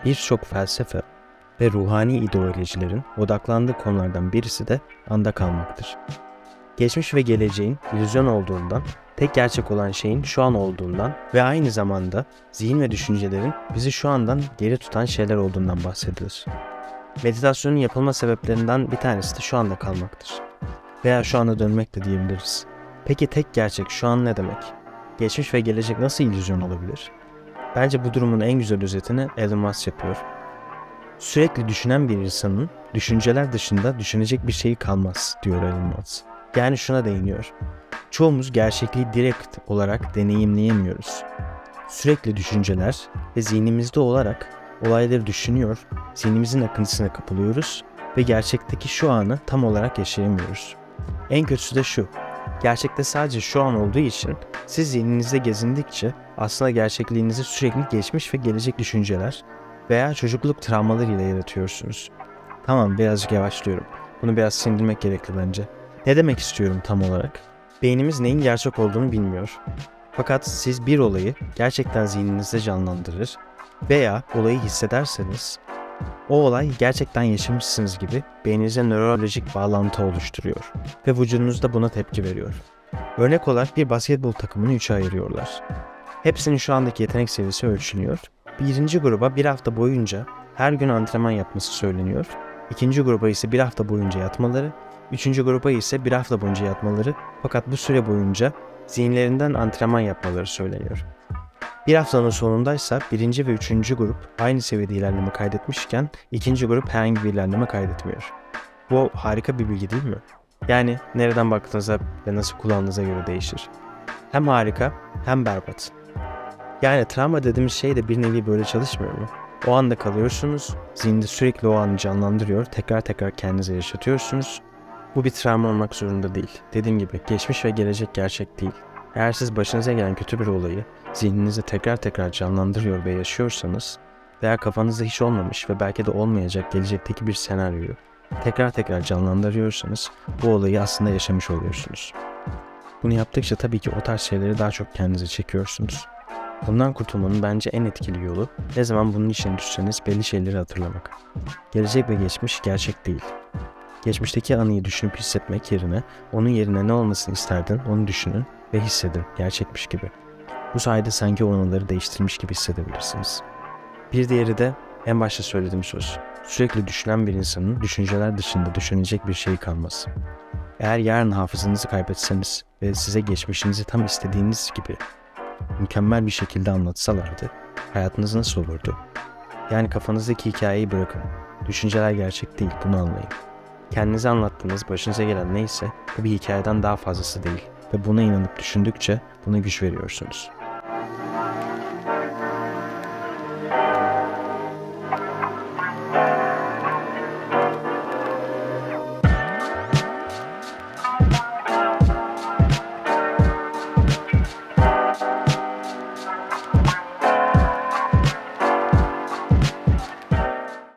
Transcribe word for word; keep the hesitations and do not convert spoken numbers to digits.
Birçok felsefe ve ruhani ideolojilerin odaklandığı konulardan birisi de anda kalmaktır. Geçmiş ve geleceğin illüzyon olduğundan, tek gerçek olan şeyin şu an olduğundan ve aynı zamanda zihin ve düşüncelerin bizi şu andan geri tutan şeyler olduğundan bahsedilir. Meditasyonun yapılma sebeplerinden bir tanesi de şu anda kalmaktır. Veya şu anda dönmek de diyebiliriz. Peki tek gerçek şu an ne demek? Geçmiş ve gelecek nasıl illüzyon olabilir? Bence bu durumun en güzel özetini Elon Musk yapıyor. Sürekli düşünen bir insanın düşünceler dışında düşünecek bir şeyi kalmaz diyor Elon Musk. Yani şuna değiniyor. Çoğumuz gerçekliği direkt olarak deneyimleyemiyoruz. Sürekli düşünceler ve zihnimizde olarak olayları düşünüyor, zihnimizin akıntısına kapılıyoruz ve gerçekteki şu anı tam olarak yaşayamıyoruz. En kötüsü de şu, gerçekte sadece şu an olduğu için siz zihninizde gezindikçe aslında gerçekliğinizi sürekli geçmiş ve gelecek düşünceler veya çocukluk travmalarıyla yaratıyorsunuz. Tamam, birazcık yavaşlıyorum. Bunu biraz sindirmek gerekli bence. Ne demek istiyorum tam olarak? Beynimiz neyin gerçek olduğunu bilmiyor. Fakat siz bir olayı gerçekten zihninizde canlandırır veya olayı hissederseniz o olay gerçekten yaşamışsınız gibi beyninize nörolojik bağlantı oluşturuyor ve vücudunuz da buna tepki veriyor. Örnek olarak bir basketbol takımını üçe ayırıyorlar. Hepsinin şu andaki yetenek seviyesi ölçülüyor. Birinci gruba bir hafta boyunca her gün antrenman yapması söyleniyor. İkinci gruba ise bir hafta boyunca yatmaları, üçüncü gruba ise bir hafta boyunca yatmaları fakat bu süre boyunca zihinlerinden antrenman yapmaları söyleniyor. Bir haftanın sonundaysa birinci ve üçüncü grup aynı seviyede ilerleme kaydetmişken ikinci grup herhangi bir ilerleme kaydetmiyor. Bu harika bir bilgi değil mi? Yani nereden baktığınıza ve nasıl kullandığınıza göre değişir. Hem harika hem berbat. Yani travma dediğimiz şey de bir nevi böyle çalışmıyor mu? O anda kalıyorsunuz, zihinde sürekli o anı canlandırıyor, tekrar tekrar kendinize yaşatıyorsunuz. Bu bir travma olmak zorunda değil. Dediğim gibi geçmiş ve gelecek gerçek değil. Eğer siz başınıza gelen kötü bir olayı zihninizde tekrar tekrar canlandırıyor ve yaşıyorsanız veya kafanızda hiç olmamış ve belki de olmayacak gelecekteki bir senaryoyu tekrar tekrar canlandırıyorsanız bu olayı aslında yaşamış oluyorsunuz. Bunu yaptıkça tabii ki o tarz şeyleri daha çok kendinize çekiyorsunuz. Bundan kurtulmanın bence en etkili yolu ne zaman bunun için düşseniz belli şeyleri hatırlamak. Gelecek ve geçmiş gerçek değil. Geçmişteki anıyı düşünüp hissetmek yerine onun yerine ne olmasını isterdin onu düşünün ve hissedin gerçekmiş gibi. Bu sayede sanki o anıları değiştirmiş gibi hissedebilirsiniz. Bir diğeri de en başta söylediğim söz. Sürekli düşünen bir insanın düşünceler dışında düşünecek bir şey kalmaz. Eğer yarın hafızanızı kaybetseniz ve size geçmişinizi tam istediğiniz gibi mükemmel bir şekilde anlatsalardı, hayatınız nasıl olurdu? Yani kafanızdaki hikayeyi bırakın. Düşünceler gerçek değil, bunu anlayın. Kendinize anlattığınız, başınıza gelen neyse bu bir hikayeden daha fazlası değil ve buna inanıp düşündükçe buna güç veriyorsunuz.